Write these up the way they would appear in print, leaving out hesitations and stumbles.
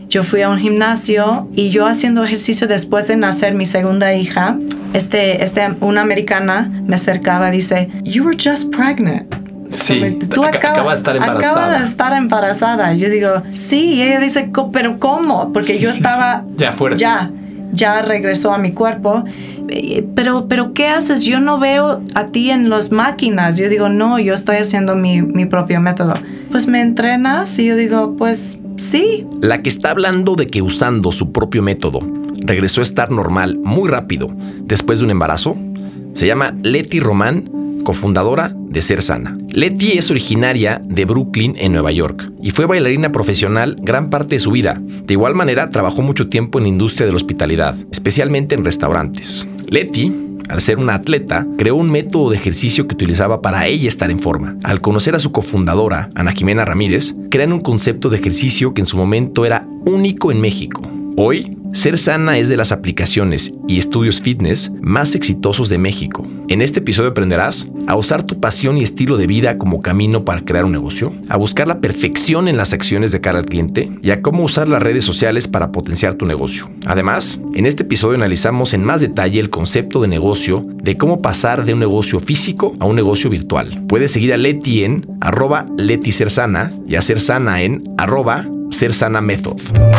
yo fui a un gimnasio y yo haciendo ejercicio después de nacer mi segunda hija, una americana me acercaba y dice, "You were just pregnant." Sí, Tú acaba de estar embarazada. Acaba de estar embarazada. Yo digo, sí, y ella dice, ¿pero cómo? Porque yo estaba... Ya fuerte. Ya regresó a mi cuerpo. Pero ¿qué haces? Yo no veo a ti en las máquinas. Yo digo, no, yo estoy haciendo mi propio método. Pues me entrenas y yo digo, pues sí. La que está hablando de que usando su propio método regresó a estar normal muy rápido después de un embarazo, se llama Leti Román, cofundadora de Ser Sana. Leti es originaria de Brooklyn, en Nueva York, y fue bailarina profesional gran parte de su vida. De igual manera, trabajó mucho tiempo en la industria de la hospitalidad, especialmente en restaurantes. Leti, al ser una atleta, creó un método de ejercicio que utilizaba para ella estar en forma. Al conocer a su cofundadora, Ana Jimena Ramírez, crean un concepto de ejercicio que en su momento era único en México. Hoy, Ser Sana es de las aplicaciones y estudios fitness más exitosos de México. En este episodio aprenderás a usar tu pasión y estilo de vida como camino para crear un negocio, a buscar la perfección en las acciones de cara al cliente y a cómo usar las redes sociales para potenciar tu negocio. Además, en este episodio analizamos en más detalle el concepto de negocio, de cómo pasar de un negocio físico a un negocio virtual. Puedes seguir a Leti en @LetiSerSana y a Ser Sana en @SerSanaMethod.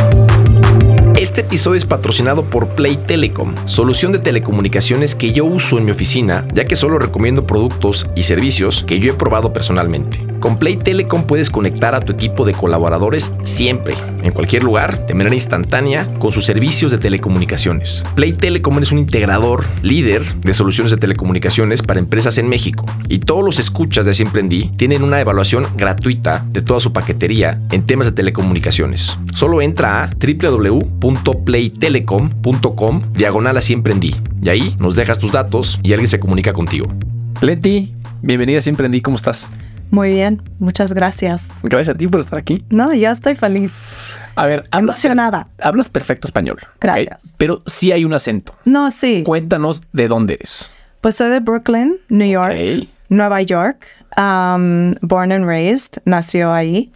Este episodio es patrocinado por Play Telecom, solución de telecomunicaciones que yo uso en mi oficina, ya que solo recomiendo productos y servicios que yo he probado personalmente. Con Play Telecom puedes conectar a tu equipo de colaboradores siempre, en cualquier lugar, de manera instantánea, con sus servicios de telecomunicaciones. Play Telecom es un integrador líder de soluciones de telecomunicaciones para empresas en México, y todos los escuchas de Así Emprendí tienen una evaluación gratuita de toda su paquetería en temas de telecomunicaciones. Solo entra a www.playtelecom.com/Así Emprendí y ahí nos dejas tus datos y alguien se comunica contigo. Leti, bienvenida a Así Emprendí, ¿cómo estás? Muy bien, muchas gracias. Gracias a ti por estar aquí. No, ya estoy feliz. A ver, emocionada. Hablas perfecto español. Gracias. ¿Okay? Pero sí hay un acento. No, sí. Cuéntanos de dónde eres. Pues soy de Brooklyn, New York, Nueva York. Born and raised, nació ahí.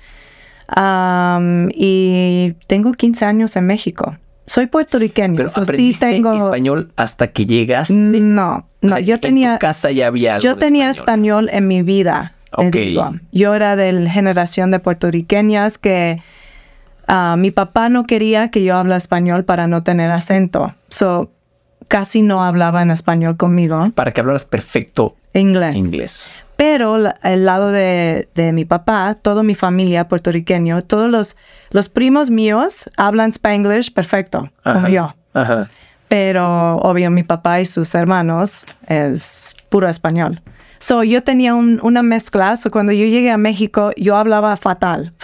Y tengo 15 años en México. Soy puertorriqueño. Pero ¿aprendiste español hasta que llegaste? No. O sea, yo tenía... En tu casa ya había algo Yo tenía español en mi vida. Okay. Yo era de la generación de puertorriqueñas que mi papá no quería que yo hablara español para no tener acento. So, casi no hablaba en español conmigo. Para que hablaras perfecto inglés. Pero el lado de mi papá, toda mi familia puertorriqueño, todos los primos míos hablan Spanglish perfecto, como yo. Ajá. Pero obvio mi papá y sus hermanos es puro español. So, yo tenía una mezcla. So, cuando yo llegué a México, yo hablaba fatal,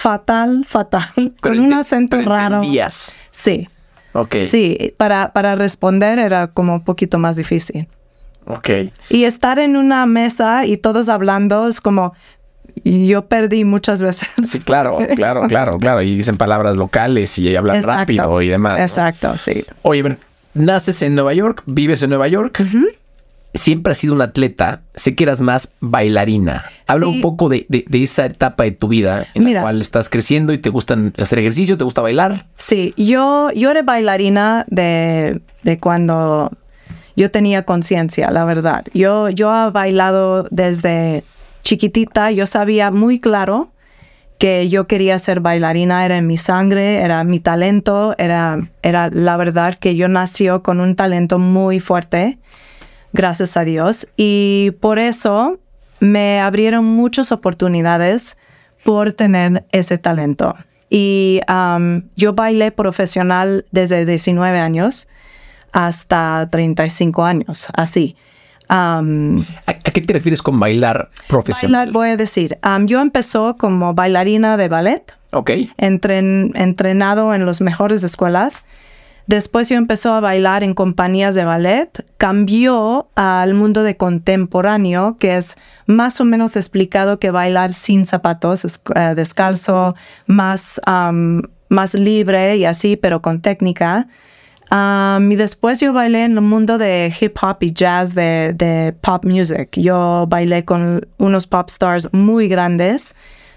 con un acento raro. ¿Entendías? Sí. Okay. Sí, para responder era como un poquito más difícil. Okay. Y estar en una mesa y todos hablando es como... Yo perdí muchas veces. Sí, claro. Y dicen palabras locales y hablan rápido y demás, ¿no? Exacto, sí. Oye, bueno, naces en Nueva York, vives en Nueva York. Uh-huh. Siempre has sido una atleta. Sé que eras más bailarina. Habla un poco de esa etapa de tu vida en la cual estás creciendo y te gusta hacer ejercicio, te gusta bailar. Sí, yo era bailarina de cuando yo tenía conciencia, la verdad. Yo he bailado desde chiquitita. Yo sabía muy claro que yo quería ser bailarina. Era en mi sangre, era mi talento. Era la verdad que yo nací con un talento muy fuerte. Gracias a Dios. Y por eso me abrieron muchas oportunidades por tener ese talento. Y yo bailé profesional desde 19 años hasta 35 años, así. ¿A qué te refieres con bailar profesional? Bailar, voy a decir. Yo empecé como bailarina de ballet. Ok. Entrenado en las mejores escuelas. Después yo empecé a bailar en compañías de ballet. Cambió al mundo de contemporáneo, que es más o menos explicado que bailar sin zapatos, descalzo, más libre y así, pero con técnica. Y después yo bailé en el mundo de hip hop y jazz, de pop music. Yo bailé con unos pop stars muy grandes.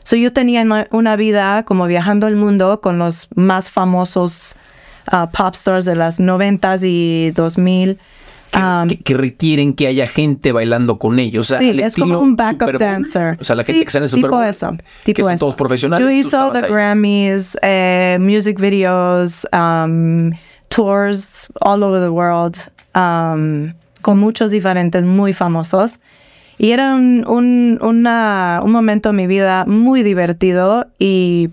So yo tenía una vida como viajando el mundo con los más famosos pop stars de las 90s y 2000. Que requieren que haya gente bailando con ellos. O sea, sí, es como un backup dancer. O sea, la gente que sale en el Super Bowl. Tipo son todos profesionales. Yo hice the Grammys, music videos, tours all over the world, con muchos diferentes muy famosos. Y era un momento en mi vida muy divertido y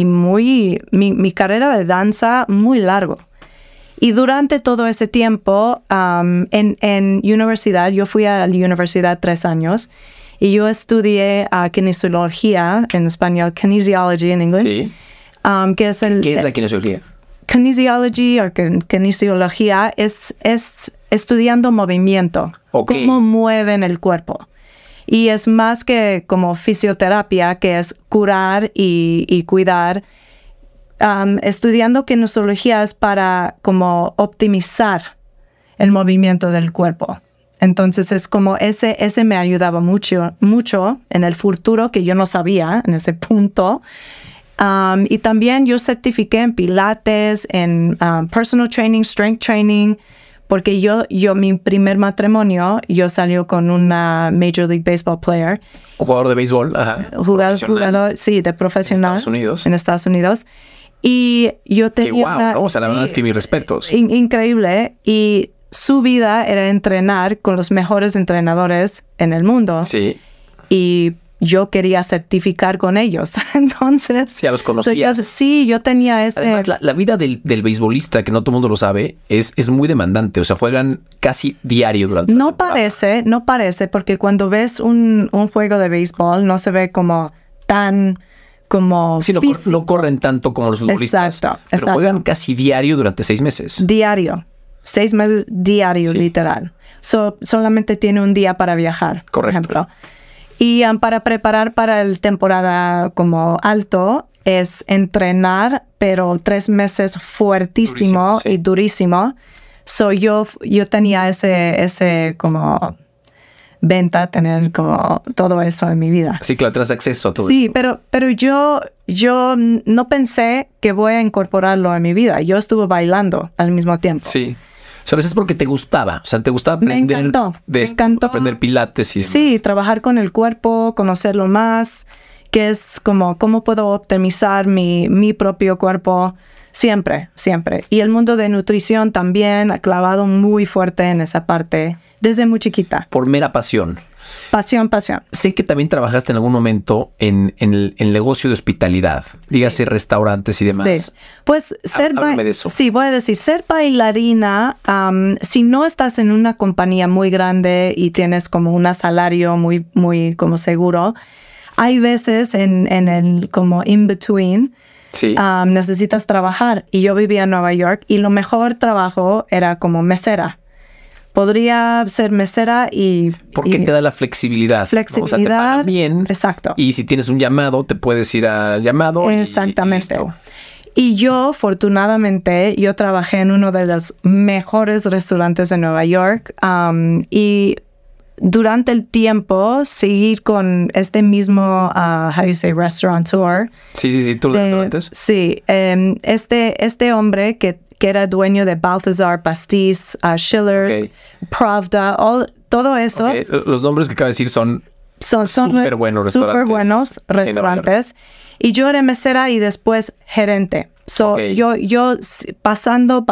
mi carrera de danza muy largo. Y durante todo ese tiempo, en universidad, yo fui a la universidad 3 años y yo estudié kinesiología, en español, kinesiology en inglés. Sí. ¿Qué es la kinesiología? Kinesiology o kinesiología es estudiando movimiento, cómo mueven el cuerpo. Y es más que como fisioterapia, que es curar y cuidar. Estudiando kinesiología es para como optimizar el movimiento del cuerpo. Entonces es como ese me ayudaba mucho en el futuro, que yo no sabía en ese punto. Y también yo certifiqué en pilates, en personal training, strength training, porque yo mi primer matrimonio, yo salió con una Major League Baseball player. Un jugador de béisbol, ajá. Jugador, sí, de profesional. En Estados Unidos. Y yo tenía... O sea, la verdad es que mis respetos. Increíble. Y su vida era entrenar con los mejores entrenadores en el mundo. Sí. Y yo quería certificar con ellos. Entonces... Sí, ya los conocías. Yo tenía ese... Además, la vida del beisbolista, que no todo el mundo lo sabe, es muy demandante. O sea, juegan casi diario durante la temporada. No parece, porque cuando ves un juego de béisbol no se ve como tan... Sí, no corren tanto como los futbolistas. Pero juegan casi diario durante 6 meses. Diario. 6 meses diario, sí. Literal. Solamente tiene un día para viajar, correcto, por ejemplo. Y para preparar para el temporada como alto, es entrenar, pero 3 meses fuertísimo y durísimo. Yo tenía ese como... venta, tener como todo eso en mi vida. Sí, claro, tienes acceso a todo esto. Sí, pero yo no pensé que voy a incorporarlo en mi vida. Yo estuve bailando al mismo tiempo. Sí. O sea, eso es porque te gustaba. O sea, te gustaba aprender. Me encantó. Aprender pilates y demás. Sí, trabajar con el cuerpo, conocerlo más, que es como cómo puedo optimizar mi propio cuerpo. Siempre. Y el mundo de nutrición también ha clavado muy fuerte en esa parte desde muy chiquita. Por mera pasión. Pasión. Sé que también trabajaste en algún momento en el negocio de hospitalidad, dígase restaurantes y demás. Sí. Pues háblame de eso. Sí, voy a decir, ser bailarina, si no estás en una compañía muy grande y tienes como un salario muy, muy como seguro, hay veces en el como in-between, sí. Necesitas trabajar. Y yo vivía en Nueva York y lo mejor trabajo era como mesera. Podría ser mesera y... Porque te da la flexibilidad. Flexibilidad. O sea, te pagan bien. Exacto. Y si tienes un llamado, te puedes ir al llamado. Exactamente. Y yo, afortunadamente, yo trabajé en uno de los mejores restaurantes de Nueva York. Y durante el tiempo, seguir con este mismo, restaurateur. Sí, tour de restaurantes. Sí, este hombre que era dueño de Balthazar Pastis, Schiller's, Pravda, todo eso. Okay. Los nombres que acabo de decir son súper buenos restaurantes. Súper buenos restaurantes. Y yo era mesera y después gerente. Yo pasando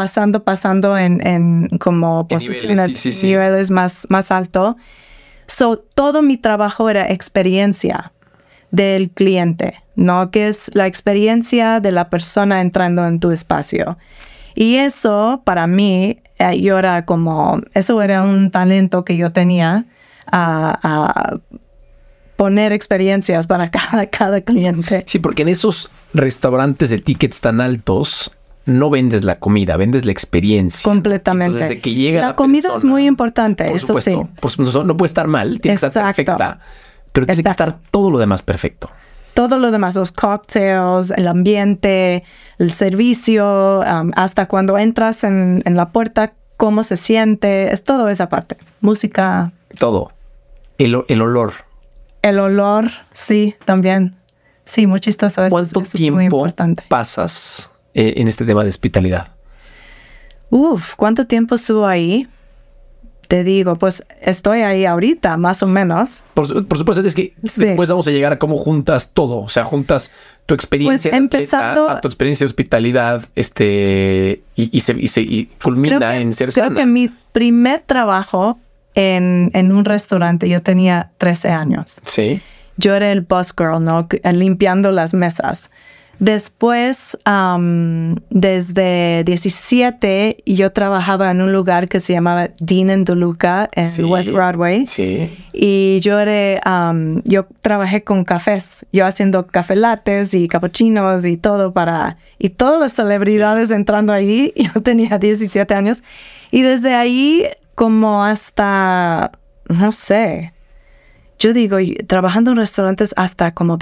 en como posiciones, niveles más alto. Todo mi trabajo era experiencia del cliente, ¿no? Que es la experiencia de la persona entrando en tu espacio. Y eso, para mí, eso era un talento que yo tenía a poner experiencias para cada cliente. Sí, porque en esos restaurantes de tickets tan altos no vendes la comida, vendes la experiencia. Completamente. Entonces, desde que llega la comida persona, es muy importante, por eso supuesto, sí. Por supuesto, no puede estar mal, tiene que estar perfecta, pero tiene que estar todo lo demás perfecto. Todo lo demás, los cocktails, el ambiente, el servicio, hasta cuando entras en la puerta, cómo se siente, es todo esa parte. Música. Todo. El olor. El olor, sí, también. Sí, muy chistoso. ¿Cuánto tiempo pasas en este tema de hospitalidad? ¿Cuánto tiempo estuvo ahí? Te digo, pues estoy ahí ahorita, más o menos. Por supuesto, es que después vamos a llegar a cómo juntas todo. O sea, juntas tu experiencia pues a tu experiencia de hospitalidad y culmina en ser sana. Creo que mi primer trabajo en un restaurante, yo tenía 13 años. Sí. Yo era el bus girl, ¿no? Limpiando las mesas. Después, desde 17, yo trabajaba en un lugar que se llamaba Dean & DeLuca en West Broadway. Sí. Y yo trabajé con cafés, yo haciendo café lattes y cappuccinos y todo y todas las celebridades entrando ahí. Yo tenía 17 años. Y desde ahí, como hasta, no sé, yo digo, trabajando en restaurantes hasta como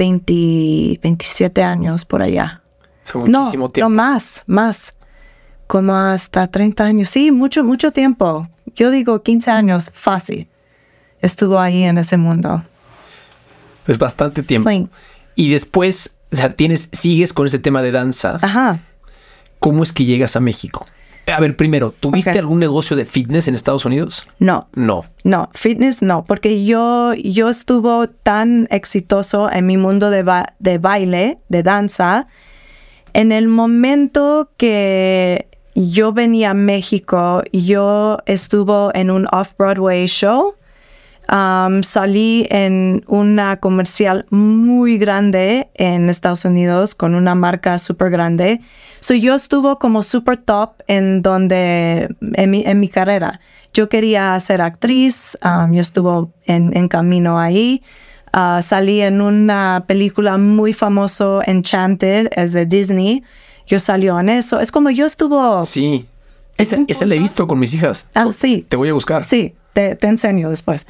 27 años por allá. Es muchísimo tiempo. No, más. Como hasta 30 años. Sí, mucho tiempo. Yo digo 15 años, fácil. Estuvo ahí en ese mundo. Es bastante tiempo. Sí. Y después, o sea, sigues con ese tema de danza. Ajá. ¿Cómo es que llegas a México? A ver, primero, ¿tuviste algún negocio de fitness en Estados Unidos? No, fitness no, porque yo estuve tan exitoso en mi mundo de baile, de danza. En el momento que yo venía a México, yo estuve en un off-Broadway show. Salí en una comercial muy grande en Estados Unidos con una marca súper grande. Yo estuve como súper top en mi carrera. Yo quería ser actriz. Yo estuve en camino ahí. Salí en una película muy famosa, Enchanted, es de Disney. Yo salí en eso. Es como yo estuve... Sí. Ese la he visto con mis hijas. Sí. Te voy a buscar. Sí. Te enseño después.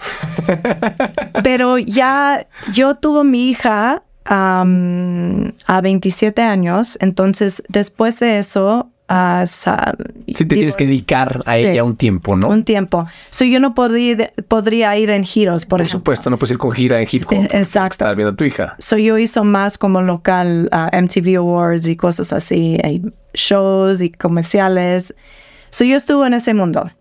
Pero ya yo tuve mi hija a 27 años, entonces después de eso... sí, te tienes que dedicar a ella un tiempo, ¿no? Un tiempo. Yo no podría ir en giros, por ejemplo. Supuesto, no puedes ir con gira en hip hop. Exacto. Estar viendo a tu hija. Yo hice más como local, MTV Awards y cosas así, shows y comerciales. Yo estuve en ese mundo.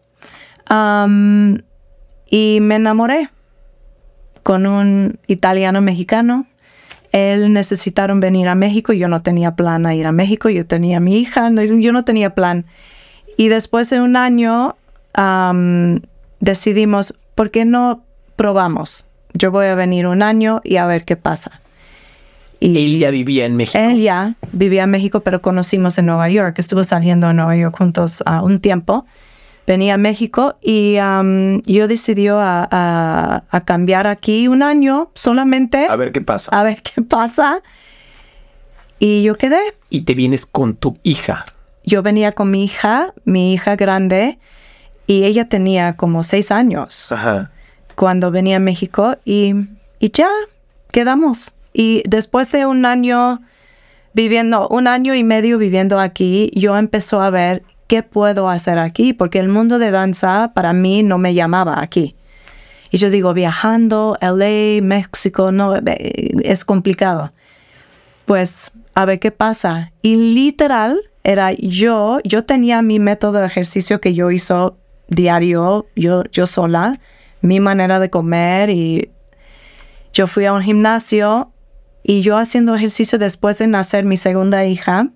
Y me enamoré con un italiano mexicano. Él necesitaron venir a México. Yo no tenía plan a ir a México. Yo tenía a mi hija. Yo no tenía plan. Y después de un año decidimos, ¿por qué no probamos? Yo voy a venir un año y a ver qué pasa. Y él ya vivía en México. Él ya vivía en México, pero conocimos en Nueva York. Estuvo saliendo en Nueva York juntos un tiempo. Venía a México y yo decidí a cambiar aquí un año solamente. A ver qué pasa. Y yo quedé. Y te vienes con tu hija. Yo venía con mi hija grande, y ella tenía como 6 años. Ajá. Cuando venía a México y ya quedamos. Y después de un año y medio viviendo aquí, yo empecé a ver ¿qué puedo hacer aquí? Porque el mundo de danza para mí no me llamaba aquí. Y yo digo, viajando, LA, México, no, es complicado. Pues, a ver qué pasa. Y literal, era yo tenía mi método de ejercicio que yo hizo diario, yo sola, mi manera de comer, y yo fui a un gimnasio y yo haciendo ejercicio después de nacer mi segunda hija.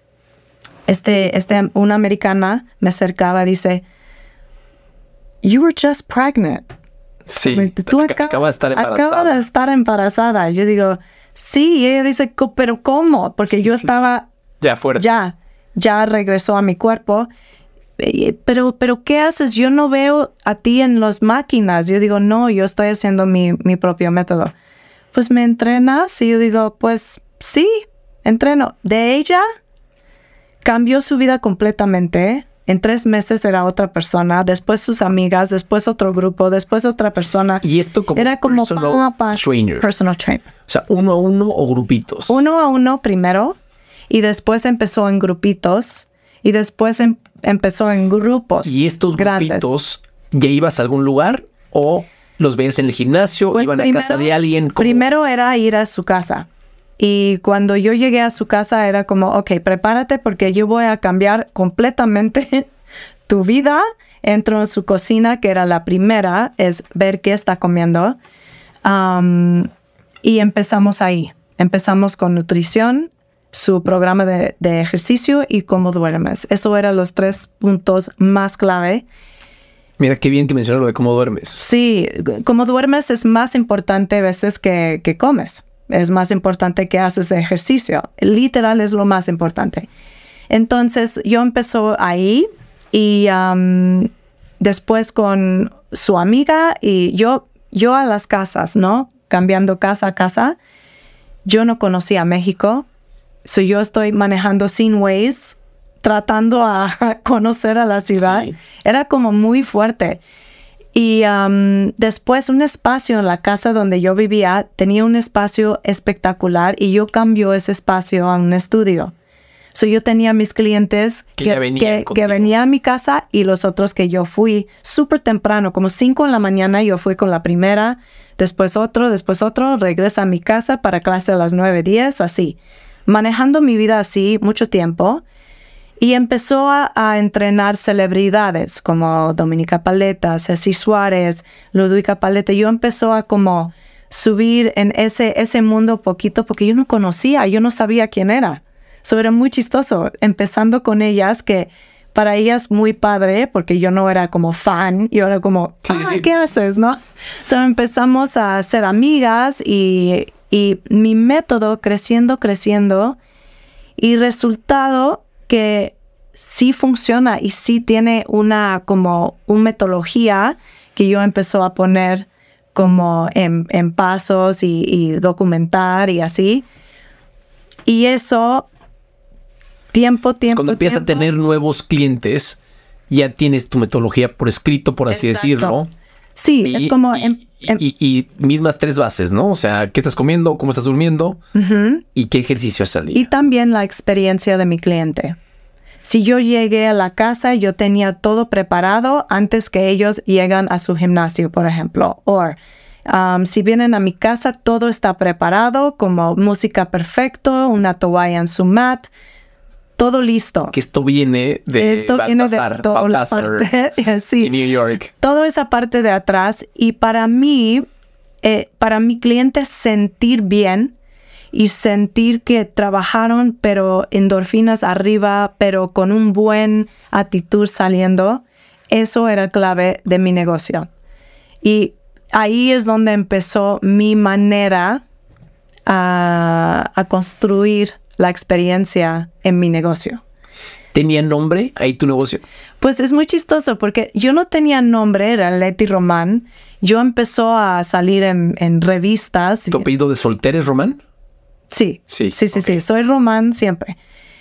Una americana me acercaba y dice, "You were just pregnant." Sí, tú acabas de estar embarazada. Acaba de estar embarazada. Yo digo, sí. Y ella dice, ¿pero cómo? Porque yo estaba... Ya fuera. Ya regresó a mi cuerpo. Pero ¿qué haces? Yo no veo a ti en las máquinas. Yo digo, no, yo estoy haciendo mi propio método. Pues me entrenas. Y yo digo, pues sí, entreno. De ella... cambió su vida completamente. En 3 meses era otra persona, después sus amigas, después otro grupo, después otra persona. Y esto como era como personal trainer. O sea, 1 a 1 o grupitos. 1 a 1 primero, y después empezó en grupitos, y después empezó en grupos. ¿Y estos grandes. Grupitos ya ibas a algún lugar o los veías en el gimnasio? Pues ¿Iban a casa de alguien? Primero era ir a su casa. Y cuando yo llegué a su casa era como, ok, prepárate porque yo voy a cambiar completamente tu vida. Entro en su cocina, que era la primera, es ver qué está comiendo. Y empezamos ahí. Empezamos con nutrición, su programa de ejercicio y cómo duermes. Eso eran los 3 puntos más clave. Mira, qué bien que mencionas lo de cómo duermes. Sí, cómo duermes es más importante a veces que comes. Es más importante que haces de ejercicio. Literal es lo más importante. Entonces, yo empezó ahí y después con su amiga y yo a las casas, ¿no? Cambiando casa a casa. Yo no conocía México. So yo estoy manejando sin Waze, tratando a conocer a la ciudad. Sí. Era como muy fuerte. Y después un espacio en la casa donde yo vivía tenía un espacio espectacular y yo cambié ese espacio a un estudio. So yo tenía mis clientes que venían a mi casa y los otros que yo fui súper temprano, como 5 de la mañana yo fui con la primera, después otro, regresa a mi casa para clase a las 9:10, así. Manejando mi vida así mucho tiempo. Y empezó a entrenar celebridades como Dominica Paleta, Ceci Suárez, Ludwika Paleta. Yo empezó a como subir en ese mundo poquito porque yo no conocía, yo no sabía quién era. Eso era muy chistoso, empezando con ellas, que para ellas muy padre, porque yo no era como fan, yo era como, sí. ¿Qué haces, no? So empezamos a ser amigas y mi método creciendo, y resultado que sí funciona y sí tiene una metodología que yo empezó a poner como en pasos y documentar y así. Y eso, tiempo. Cuando empiezas a tener nuevos clientes, ya tienes tu metodología por escrito, por así decirlo. Sí, es como... Y mismas 3 bases, ¿no? O sea, ¿qué estás comiendo? ¿Cómo estás durmiendo? Y qué ejercicio has salido. Y también la experiencia de mi cliente. Si yo llegué a la casa, yo tenía todo preparado antes que ellos llegan a su gimnasio, por ejemplo. O si vienen a mi casa, todo está preparado, como música perfecto, una toalla en su mat, todo listo. Que esto viene de Baltasar, sí, en New York. Toda esa parte de atrás. Y para mí, para mi cliente sentir bien y sentir que trabajaron, pero endorfinas arriba, pero con un buen actitud saliendo, eso era clave de mi negocio. Y ahí es donde empezó mi manera a construir la experiencia en mi negocio. ¿Tenía nombre ahí tu negocio? Pues es muy chistoso porque yo no tenía nombre, era Leti Román. Yo empezó a salir en revistas. ¿Tu apellido de soltera es Román? Sí. Soy Román siempre.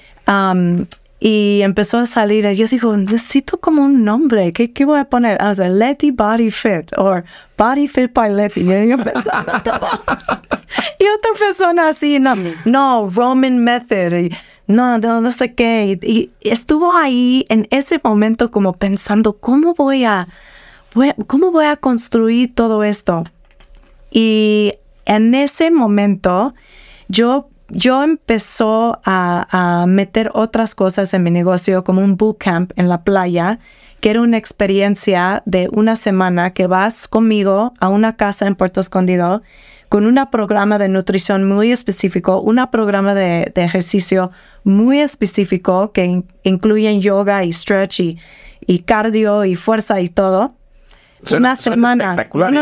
Y empezó a salir. Yo digo, necesito como un nombre. ¿Qué voy a poner? I was like, Leti Body Fit or Body Fit by Leti. Y yo pensaba todo. Y otra persona así, no, Roman Method. Y no sé qué. Y estuvo ahí en ese momento como pensando, ¿cómo voy a construir todo esto? Y en ese momento, yo empezó a meter otras cosas en mi negocio, como un bootcamp en la playa, que era una experiencia de una semana que vas conmigo a una casa en Puerto Escondido con un programa de nutrición muy específico, un programa de ejercicio muy específico que incluyen yoga y stretch y cardio y fuerza y todo. Una semana.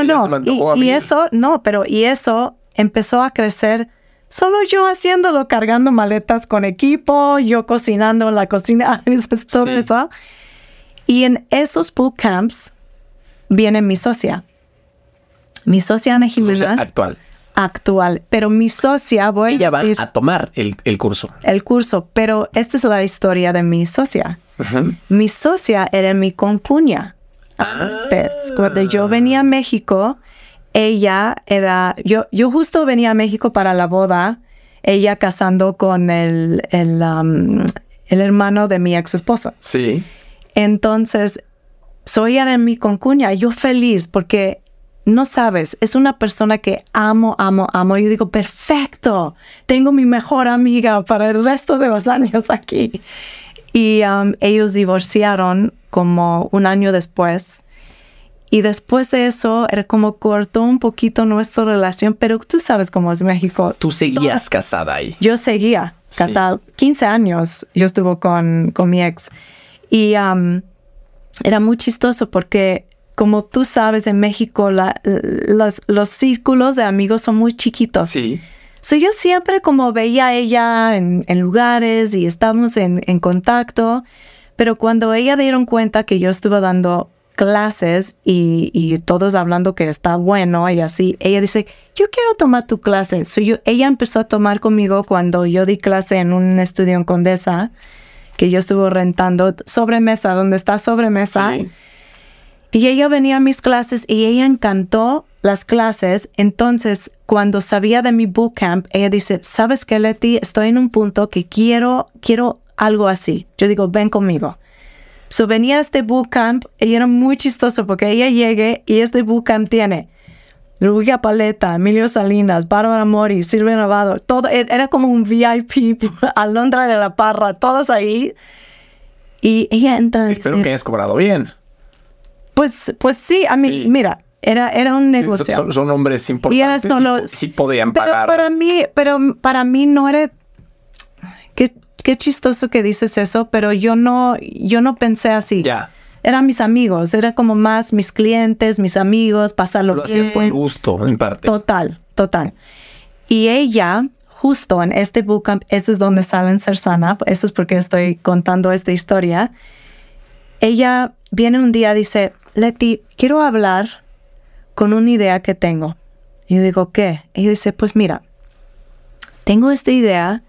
Y eso empezó a crecer. Solo yo haciéndolo, cargando maletas con equipo, yo cocinando en la cocina, todo eso. Y en esos bootcamps viene mi socia. Mi socia Ana Jimena. Actual. Pero mi socia, ella va a tomar el curso. El curso, pero esta es la historia de mi socia. Uh-huh. Mi socia era mi concuña. Antes, cuando yo venía a México, ella era, yo justo venía a México para la boda, ella casando con el hermano de mi ex esposo. Sí. Entonces, ella era mi concuña, yo feliz porque no sabes, es una persona que amo. Yo digo, perfecto, tengo mi mejor amiga para el resto de los años aquí. Y ellos divorciaron como un año después. Y después de eso, era como cortó un poquito nuestra relación, pero tú sabes cómo es México. Tú seguías casada ahí. Yo seguía casada. Sí. 15 años yo estuve con mi ex. Y era muy chistoso porque, como tú sabes, en México los círculos de amigos son muy chiquitos. Sí. So, yo siempre como veía a ella en lugares y estábamos en contacto, pero cuando ella dieron cuenta que yo estuve dando clases y todos hablando que está bueno y así, ella dice, yo quiero tomar tu clase. So, ella empezó a tomar conmigo cuando yo di clase en un estudio en Condesa, que yo estuve rentando sobremesa, donde está sobremesa. Sí. Y ella venía a mis clases y ella encantó las clases. Entonces, cuando sabía de mi bootcamp, ella dice, ¿sabes qué, Leti? Estoy en un punto que quiero algo así. Yo digo, ven conmigo. So, venía a este bootcamp y era muy chistoso porque ella llegue y este bootcamp tiene Rubia Paleta, Emilio Salinas, Bárbara Mori, Silvia Novado, todo, era como un VIP, Alondra de la Parra, todos ahí. Y ella entra. Espero que hayas cobrado bien. Pues sí, a mí, sí. Mira, era un negocio. Son hombres importantes. Y solo, sí podían pagar. Pero para mí no era. Qué chistoso que dices eso, pero yo no pensé así. Ya. Eran mis amigos, era como más mis clientes, mis amigos, pasarlo bien. Lo hacías por gusto, en parte. Total. Y ella, justo en este bootcamp, eso es donde sale en Ser Sana, eso es porque estoy contando esta historia. Ella viene un día y dice, Leti, quiero hablar con una idea que tengo. Y yo digo, ¿qué? Ella dice, pues mira, tengo esta idea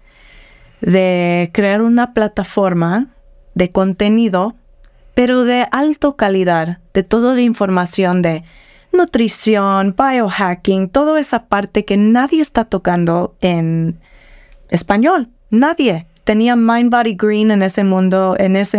de crear una plataforma de contenido, pero de alta calidad, de toda la información de nutrición, biohacking, toda esa parte que nadie está tocando en español. Nadie. Tenía Mind Body Green en ese mundo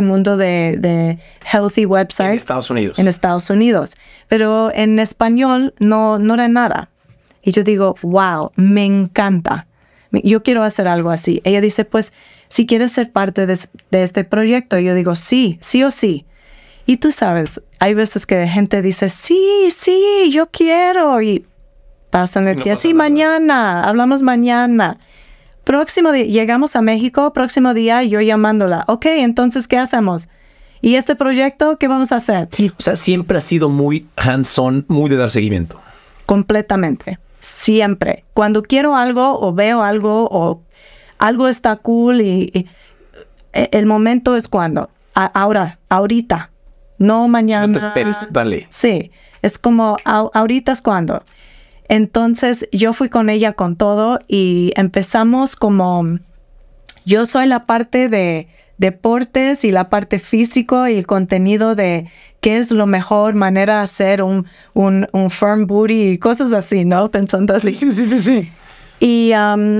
de healthy websites. En Estados Unidos. Pero en español no era nada. Y yo digo, wow, me encanta. Yo quiero hacer algo así. Ella dice, pues, si quieres ser parte de este proyecto. Yo digo, sí o sí. Y tú sabes, hay veces que gente dice, sí, yo quiero. Y pasan el día, sí, mañana, hablamos mañana. Próximo día, llegamos a México, próximo día yo llamándola. Ok, entonces, ¿qué hacemos? ¿Y este proyecto qué vamos a hacer? O sea, siempre ha sido muy hands-on, muy de dar seguimiento. Completamente. Siempre. Cuando quiero algo o veo algo o algo está cool y el momento es cuando. Ahorita. No mañana. No te esperes, dale. Sí. Es como ahorita es cuando. Entonces yo fui con ella con todo y empezamos como. Yo soy la parte de deportes y la parte físico y el contenido de qué es la mejor manera de hacer un firm booty y cosas así, ¿no? Pensando así. Sí. Y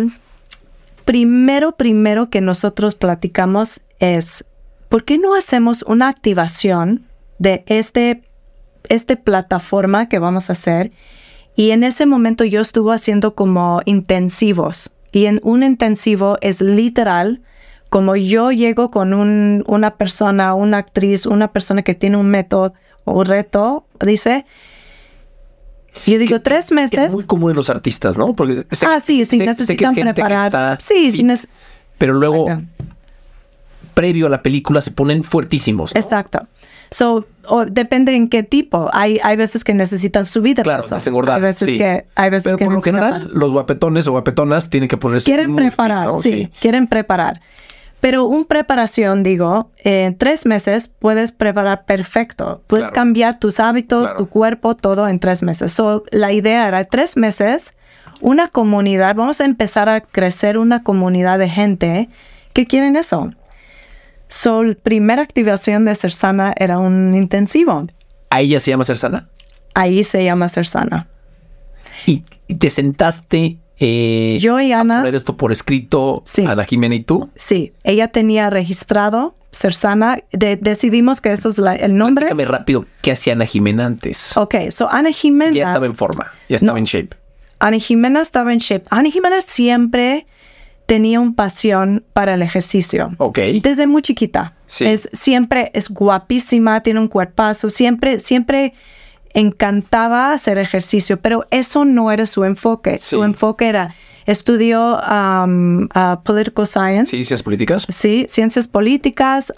primero que nosotros platicamos es, ¿por qué no hacemos una activación de este plataforma que vamos a hacer? Y en ese momento yo estuve haciendo como intensivos. Y en un intensivo es literal, como yo llego con una persona, una actriz, una persona que tiene un método o reto, dice, yo digo 3 meses. Es muy común en los artistas, ¿no? Porque necesitan preparar. Pero luego, previo a la película, se ponen fuertísimos, ¿no? Exacto. Depende en qué tipo. Hay veces que necesitan subir de peso. Claro, desengordar. Hay veces que pero por lo general, los guapetones o guapetonas tienen que ponerse. Quieren preparar, fit, ¿no? Sí, quieren preparar. Pero una preparación, en 3 meses puedes preparar perfecto. Puedes cambiar tus hábitos, tu cuerpo, todo en 3 meses. La idea era 3 meses, una comunidad. Vamos a empezar a crecer una comunidad de gente que quieren eso. La primera activación de Ser Sana era un intensivo. ¿Ahí ya se llama Ser Sana? Ahí se llama Ser Sana. ¿Y te sentaste yo y Ana... poner esto por escrito, sí. Ana Jimena y tú. Sí, ella tenía registrado Sersana. Decidimos que eso es el nombre. Platícame rápido, ¿qué hacía Ana Jimena antes? Ok, so Ana Jimena... Ya estaba en forma, ya estaba en shape. Ana Jimena estaba en shape. Ana Jimena siempre tenía una pasión para el ejercicio. Ok. Desde muy chiquita. Sí. Siempre es guapísima, tiene un cuerpazo, siempre encantaba hacer ejercicio, pero eso no era su enfoque. Sí. Su enfoque era, estudió political science. Sí, ciencias políticas. Sí, ciencias políticas.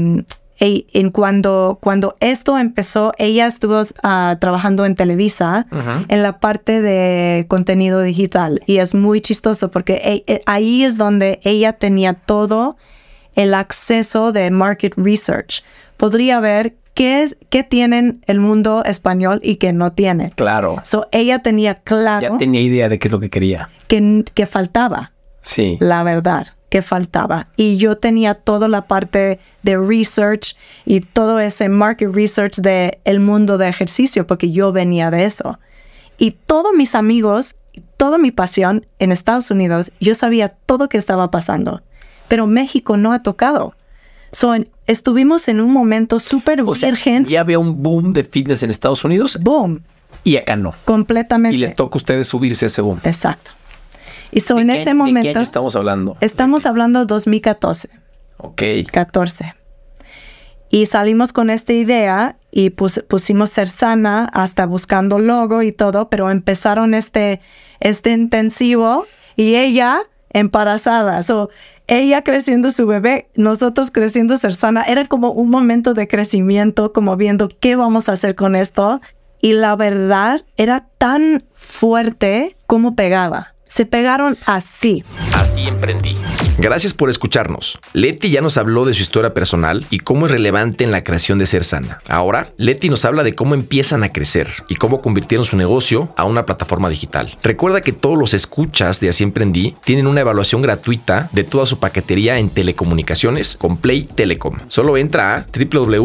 Cuando esto empezó, ella estuvo trabajando en Televisa, en la parte de contenido digital. Y es muy chistoso porque ahí es donde ella tenía todo el acceso de market research. Podría ver qué tienen el mundo español y qué no tiene. Claro. So, ella tenía claro... Ya tenía idea de qué es lo que quería. Que faltaba. Sí. La verdad, que faltaba. Y yo tenía toda la parte de research y todo ese market research del mundo de ejercicio, porque yo venía de eso. Y todos mis amigos, toda mi pasión en Estados Unidos, yo sabía todo que estaba pasando. Pero México no ha tocado. Estuvimos en un momento súper virgen. Ya había un boom de fitness en Estados Unidos. Boom. Y acá no. Completamente. Y les toca a ustedes subirse a ese boom. Exacto. Y en ese momento... ¿De qué año estamos hablando? Estamos hablando 2014. Ok. 14. Y salimos con esta idea y pusimos Sersana hasta buscando logo y todo, pero empezaron este intensivo y ella embarazada. Ella creciendo su bebé, nosotros creciendo Sersana, era como un momento de crecimiento, como viendo qué vamos a hacer con esto. Y la verdad era tan fuerte como pegaba. Se pegaron así. Así emprendí. Gracias por escucharnos. Leti ya nos habló de su historia personal y cómo es relevante en la creación de Sersana. Ahora, Leti nos habla de cómo empiezan a crecer y cómo convirtieron su negocio a una plataforma digital. Recuerda que todos los escuchas de Así Emprendí tienen una evaluación gratuita de toda su paquetería en telecomunicaciones con Play Telecom. Solo entra a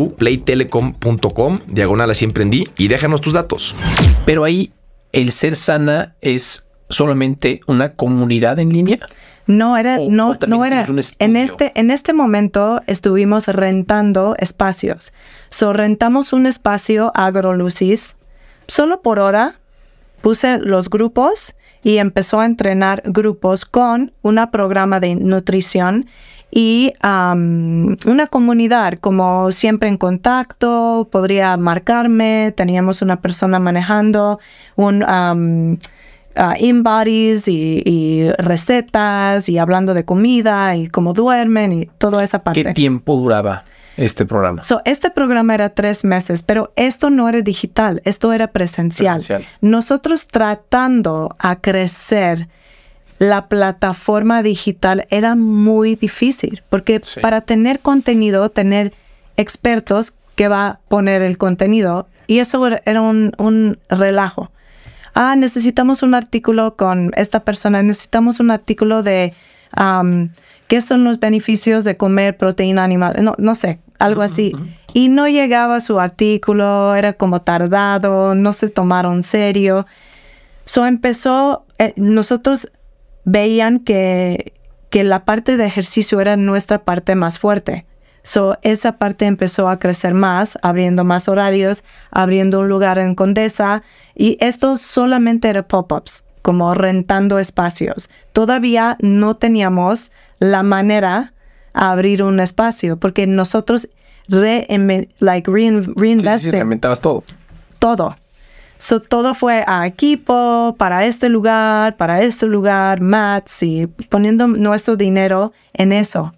www.playtelecom.com/Así Emprendí y déjanos tus datos. Pero ahí, el Sersana es solamente una comunidad en línea. No era. En este momento estuvimos rentando espacios. Rentamos un espacio AgroLucis. Solo por hora puse los grupos y empezó a entrenar grupos con un programa de nutrición y una comunidad, como siempre en contacto, podría marcarme. Teníamos una persona manejando InBodies y recetas y hablando de comida y cómo duermen y toda esa parte. ¿Qué tiempo duraba este programa? Este programa era 3 meses, pero esto no era digital, esto era presencial. Nosotros tratando a crecer la plataforma digital era muy difícil, porque para tener contenido, tener expertos que va a poner el contenido, y eso era un relajo. Necesitamos un artículo con esta persona, necesitamos un artículo de qué son los beneficios de comer proteína animal, no sé, algo así. Y no llegaba su artículo, era como tardado, no se tomaron en serio. Empezó, nosotros veían que la parte de ejercicio era nuestra parte más fuerte. Esa parte empezó a crecer más, abriendo más horarios, abriendo un lugar en Condesa, y esto solamente era pop-ups, como rentando espacios. Todavía no teníamos la manera a abrir un espacio, porque nosotros reinvested. Sí, reinventabas todo. Todo. Todo fue a equipo, para este lugar, mats, y poniendo nuestro dinero en eso.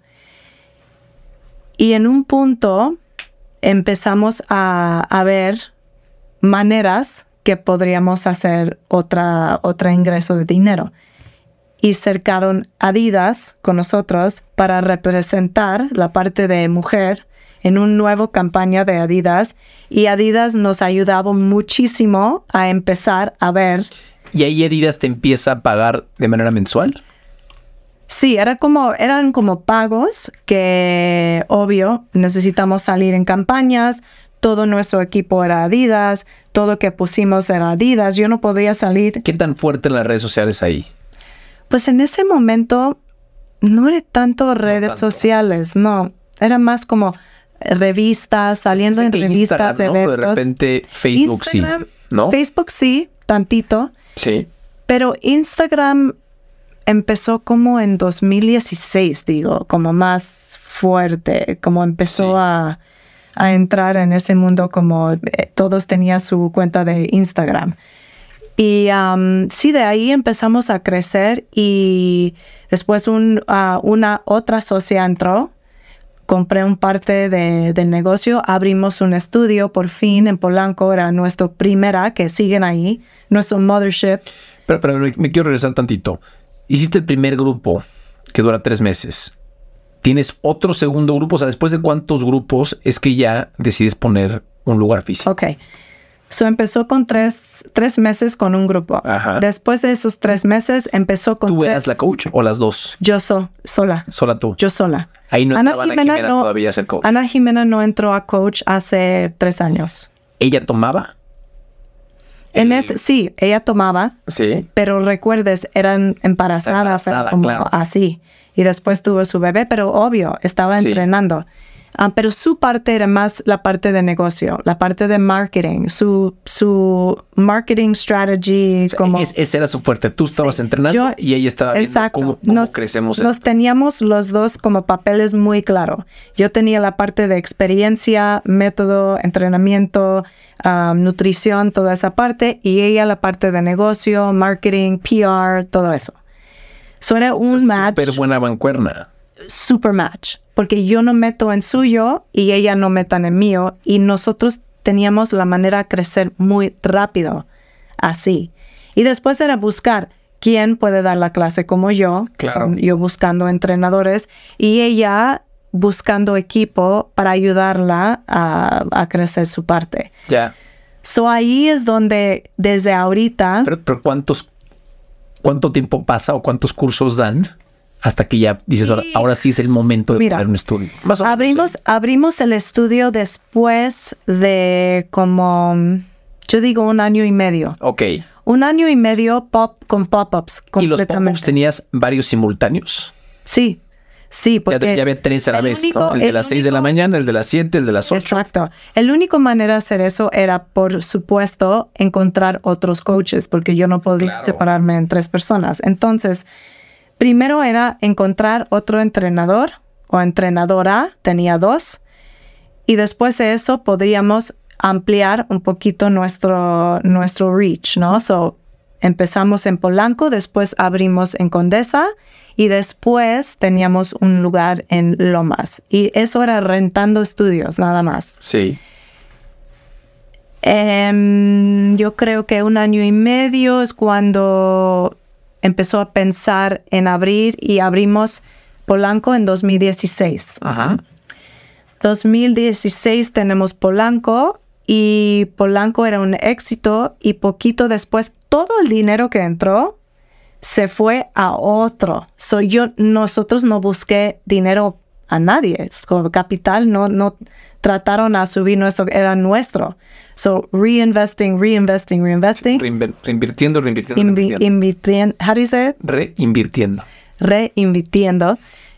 Y en un punto empezamos a ver maneras que podríamos hacer otro ingreso de dinero. Y cercaron Adidas con nosotros para representar la parte de mujer en una nueva campaña de Adidas. Y Adidas nos ayudaba muchísimo a empezar a ver. ¿Y ahí Adidas te empieza a pagar de manera mensual? Sí, eran como pagos que, obvio, necesitamos salir en campañas. Todo nuestro equipo era Adidas. Todo que pusimos era Adidas. Yo no podía salir. ¿Qué tan fuerte en las redes sociales ahí? Pues en ese momento no era tanto redes sociales, no. Era más como revistas, saliendo en revistas, Instagram, ¿no? eventos. De repente Facebook Instagram, sí, ¿no? Facebook sí, tantito. Sí. Pero Instagram empezó como en 2016, digo, como más fuerte, como empezó a entrar en ese mundo, como todos tenían su cuenta de Instagram. Y sí, de ahí empezamos a crecer y después una otra socia entró. Compré un parte del negocio, abrimos un estudio por fin en Polanco, era nuestra primera, que siguen ahí, nuestro mothership. Pero me quiero regresar tantito. Hiciste el primer grupo que dura 3 meses. ¿Tienes otro segundo grupo? O sea, ¿después de cuántos grupos es que ya decides poner un lugar físico? Ok. So empezó con tres meses con un grupo. Ajá. Después de esos 3 meses empezó con ¿Tú eras la coach o las dos? Yo sola. Sola tú. Yo sola. Ahí no entraba Ana Jimena todavía a ser coach. Ana Jimena no entró a coach hace 3 años. ¿Ella tomaba? Sí, ella tomaba. Sí. Pero recuerdes, eran embarazadas como claro. así. Y después tuvo su bebé, pero obvio, estaba entrenando. Pero su parte era más la parte de negocio, la parte de marketing, su marketing strategy. O sea, ese era su fuerte. Tú estabas entrenando y ella estaba viendo cómo crecemos esto. Nos teníamos los dos como papeles muy claros. Yo tenía la parte de experiencia, método, entrenamiento, nutrición, toda esa parte. Y ella la parte de negocio, marketing, PR, todo eso. So era un match. Súper buena mancuerna. Super match, porque yo no meto en suyo y ella no metan en mío, y nosotros teníamos la manera de crecer muy rápido, así. Y después era buscar quién puede dar la clase como yo, claro. Yo buscando entrenadores y ella buscando equipo para ayudarla a crecer su parte. Ya. So ahí es donde desde ahorita... Pero ¿cuánto tiempo pasa o cuántos cursos dan hasta que ya dices, ahora sí es el momento de poner un estudio? Más o menos, abrimos el estudio después de como, yo digo 1 año y medio. Ok. 1 año y medio con pop-ups completamente. ¿Y los pop-ups tenías varios simultáneos? Sí, porque... Ya había 3 a la vez, ¿no? El de las 6 de la mañana, el de las 7, el de las 8. Exacto. El único manera de hacer eso era, por supuesto, encontrar otros coaches, porque yo no podía separarme en 3 personas. Entonces, primero era encontrar otro entrenador o entrenadora, tenía 2, y después de eso podríamos ampliar un poquito nuestro reach, ¿no? So, empezamos en Polanco, después abrimos en Condesa y después teníamos un lugar en Lomas. Y eso era rentando estudios, nada más. Sí. Yo creo que 1 año y medio es cuando empezó a pensar en abrir, y abrimos Polanco en 2016. Ajá. 2016 tenemos Polanco, y Polanco era un éxito, y poquito después todo el dinero que entró se fue a otro. Nosotros no busqué dinero a nadie. Como capital no trataron a subir nuestro, era nuestro. So reinvesting. Reinvirtiendo. How do you say it? Reinvirtiendo.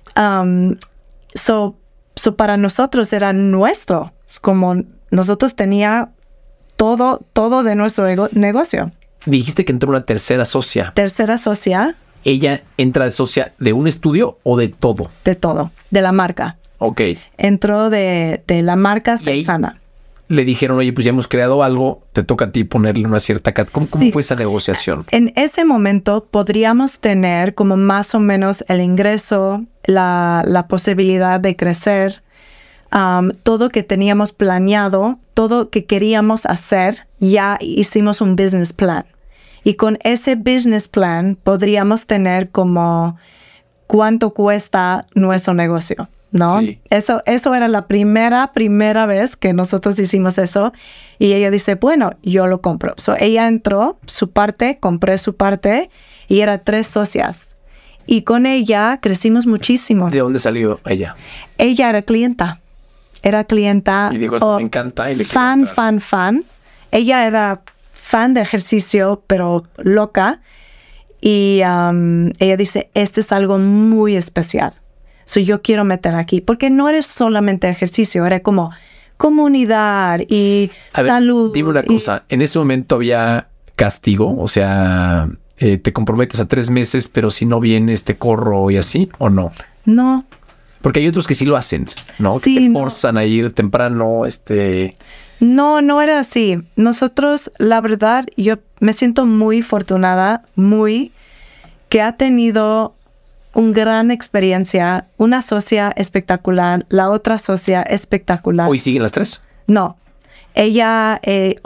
So para nosotros era nuestro. Como nosotros tenía todo de nuestro negocio. Dijiste que entró una tercera socia. Tercera socia. ¿Ella entra de socia de un estudio o de todo? De todo, de la marca. Ok. Entró de la marca Cersana. Le dijeron, oye, pues ya hemos creado algo, te toca a ti ponerle una cierta... ¿Cómo fue esa negociación? En ese momento podríamos tener como más o menos el ingreso, la posibilidad de crecer, todo que teníamos planeado, todo que queríamos hacer, ya hicimos un business plan. Y con ese business plan podríamos tener como cuánto cuesta nuestro negocio, ¿no? Sí. Eso era la primera vez que nosotros hicimos eso. Y ella dice, bueno, yo lo compro. So ella entró su parte, compré su parte, y era 3 socias. Y con ella crecimos muchísimo. ¿De dónde salió ella? Ella era clienta. Y dijo, esto me encanta. Y le fan. Ella era fan de ejercicio, pero loca. Y ella dice, este es algo muy especial. So yo quiero meter aquí. Porque no eres solamente ejercicio, era como comunidad y salud. Dime una cosa, ¿en ese momento había castigo? O sea, ¿te comprometes a 3 meses, pero si no vienes te corro y así, o no? No. Porque hay otros que sí lo hacen, ¿no? Sí, que te forzan a ir temprano, No era así. Nosotros, la verdad, yo me siento muy afortunada, que ha tenido una gran experiencia, una socia espectacular, la otra socia espectacular. ¿Hoy siguen las 3? No. Ella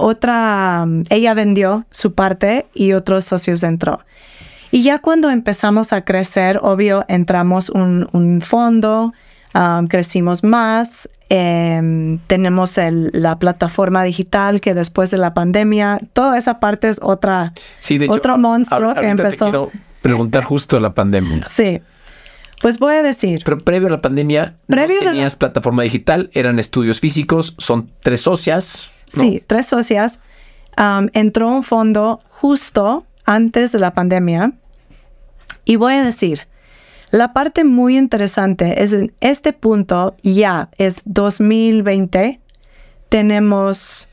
vendió su parte y otros socios entró. Y ya cuando empezamos a crecer, obvio, entramos un fondo, crecimos más, tenemos la plataforma digital que después de la pandemia, toda esa parte es otro monstruo que empezó. Te quiero preguntar justo de la pandemia. Sí. Pues voy a decir. Pero previo a la pandemia, no tenías plataforma digital, eran estudios físicos, son 3 socias, ¿no? Sí, 3 socias. Entró un fondo justo antes de la pandemia. Y voy a decir, la parte muy interesante es en este punto, ya es 2020, tenemos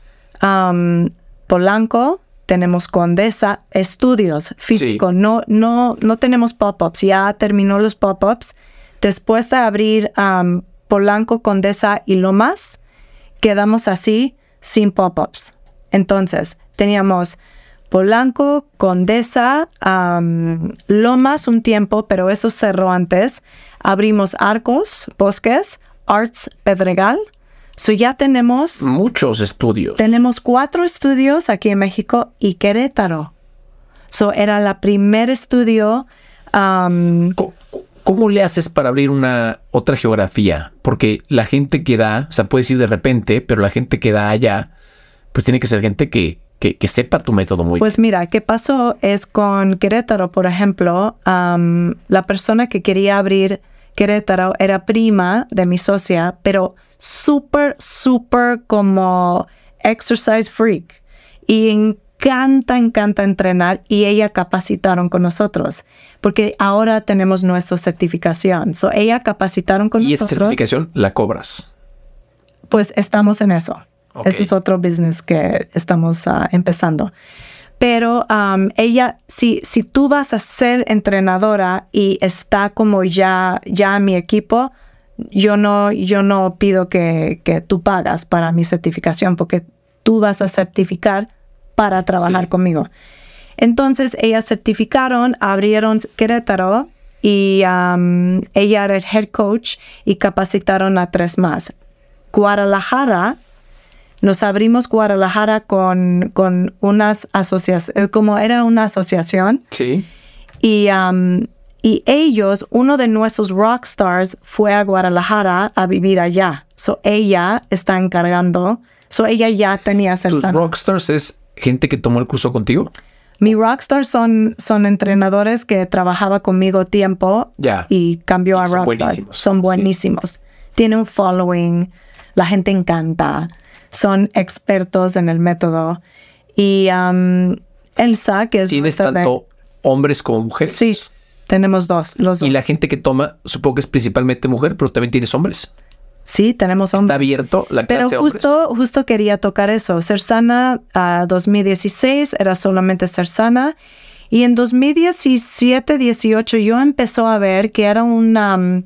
Polanco, tenemos Condesa, estudios físicos, sí. No tenemos pop-ups, ya terminó los pop-ups. Después de abrir Polanco, Condesa y Lomas, quedamos así sin pop-ups. Entonces, teníamos Polanco, Condesa, Lomas un tiempo, pero eso cerró antes. Abrimos Arcos, Bosques, Arts, Pedregal. So ya tenemos muchos estudios. Tenemos 4 estudios aquí en México y Querétaro. So era la primer estudio. ¿Cómo le haces para abrir otra geografía? Porque la gente que da, o sea, puedes ir de repente, pero la gente que da allá, pues tiene que ser gente que sepa tu método muy bien. Pues mira, ¿qué pasó? Es con Querétaro, por ejemplo, la persona que quería abrir Querétaro era prima de mi socia, pero súper como exercise freak. Y encanta entrenar y ella capacitaron con nosotros. Porque ahora tenemos nuestra certificación. So, ella capacitaron con nosotros. ¿Y esa certificación la cobras? Pues estamos en eso. Okay. Ese es otro business que estamos empezando. Pero ella, si tú vas a ser entrenadora y está como ya mi equipo, yo no pido que tú pagas para mi certificación porque tú vas a certificar para trabajar conmigo. Entonces, ellas certificaron, abrieron Querétaro y ella era el head coach y capacitaron a 3 más. Guadalajara, nos abrimos Guadalajara con unas asociaciones, como era una asociación. Sí. Y ellos, uno de nuestros rockstars fue a Guadalajara a vivir allá. So ella está encargando. So ella ya tenía ser ¿Tus sana. rockstars es gente que tomó el curso contigo? Mi rockstars son entrenadores que trabajaba conmigo tiempo y cambió a rockstars. Son buenísimos. Sí. Tiene un following. La gente encanta. Son expertos en el método. Y Elsa, que es... ¿Tienes tanto hombres como mujeres? Sí, tenemos los dos. Y la gente que toma, supongo que es principalmente mujer, pero también tienes hombres. Sí, tenemos hombres. ¿Está abierto la clase de hombres? Pero justo quería tocar eso. Ser Sana 2016 era solamente Ser Sana. Y en 2017-18 yo empezó a ver que era una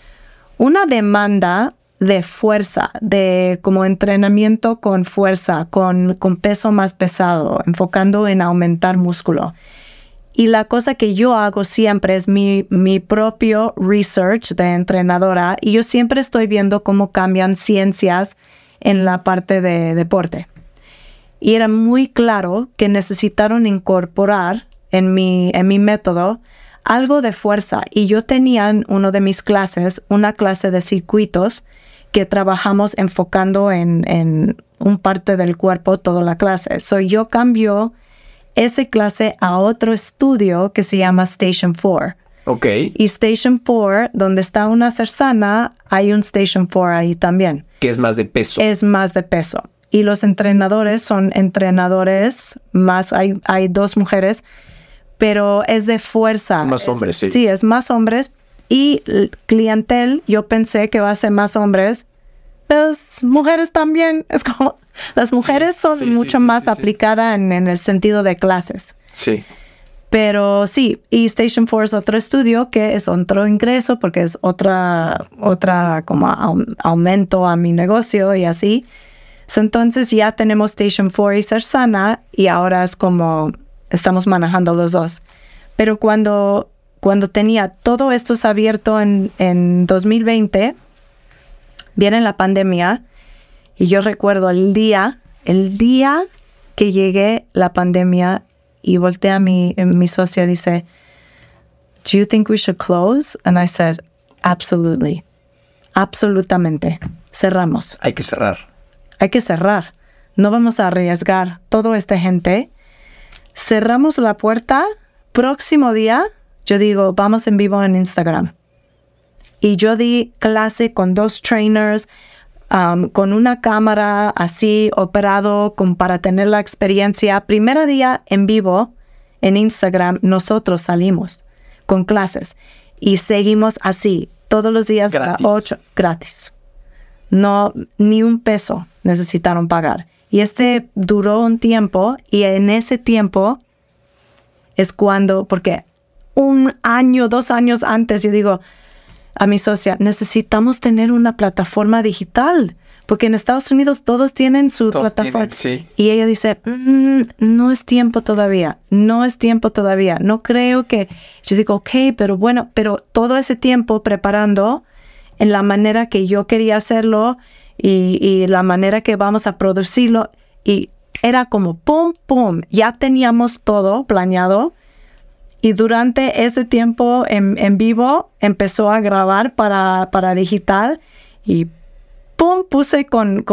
demanda de fuerza, de como entrenamiento con fuerza, con peso más pesado, enfocando en aumentar músculo. Y la cosa que yo hago siempre es mi propio research de entrenadora y yo siempre estoy viendo cómo cambian ciencias en la parte de deporte. Y era muy claro que necesitaron incorporar en mi método algo de fuerza. Y yo tenía en una de mis clases, una clase de circuitos que trabajamos enfocando en un parte del cuerpo toda la clase. So yo cambio esa clase a otro estudio que se llama Station 4. Ok. Y Station 4, donde está una Ser Sana, hay un Station 4 ahí también. Que es más de peso. Es más de peso. Y los entrenadores son entrenadores más, hay 2 mujeres, pero es de fuerza. Son más hombres, sí. Sí, es más hombres. Y el clientel, yo pensé que va a ser más hombres, pero mujeres también. Es como, las mujeres son mucho más aplicadas en el sentido de clases. Sí. Pero sí, y Station 4 es otro estudio que es otro ingreso porque es otra como aumento a mi negocio y así. Entonces ya tenemos Station 4 y Sersana y ahora es como estamos manejando los dos. Pero cuando tenía todo esto abierto en 2020, viene la pandemia y yo recuerdo el día que llegué la pandemia y volteé a mi socia y dice, "Do you think we should close?" And I said, "Absolutely. Absolutamente. Cerramos. Hay que cerrar. Hay que cerrar. No vamos a arriesgar toda esta gente." Cerramos la puerta. Próximo día, yo digo, vamos en vivo en Instagram. Y yo di clase con 2 trainers, con una cámara así operado para tener la experiencia. Primer día en vivo en Instagram, nosotros salimos con clases y seguimos así todos los días a las 8 gratis. No, ni un peso necesitaron pagar. Y duró un tiempo y en ese tiempo es cuando, porque 1 año, 2 años antes yo digo a mi socia, necesitamos tener una plataforma digital, porque en Estados Unidos todos tienen su plataforma. Sí. Y ella dice, no es tiempo todavía, no creo que... Yo digo, ok, pero bueno, pero todo ese tiempo preparando en la manera que yo quería hacerlo y la manera que vamos a producirlo, y era como pum, pum, ya teníamos todo planeado. Y durante ese tiempo en vivo empezó a grabar para digital y ¡pum! Puse con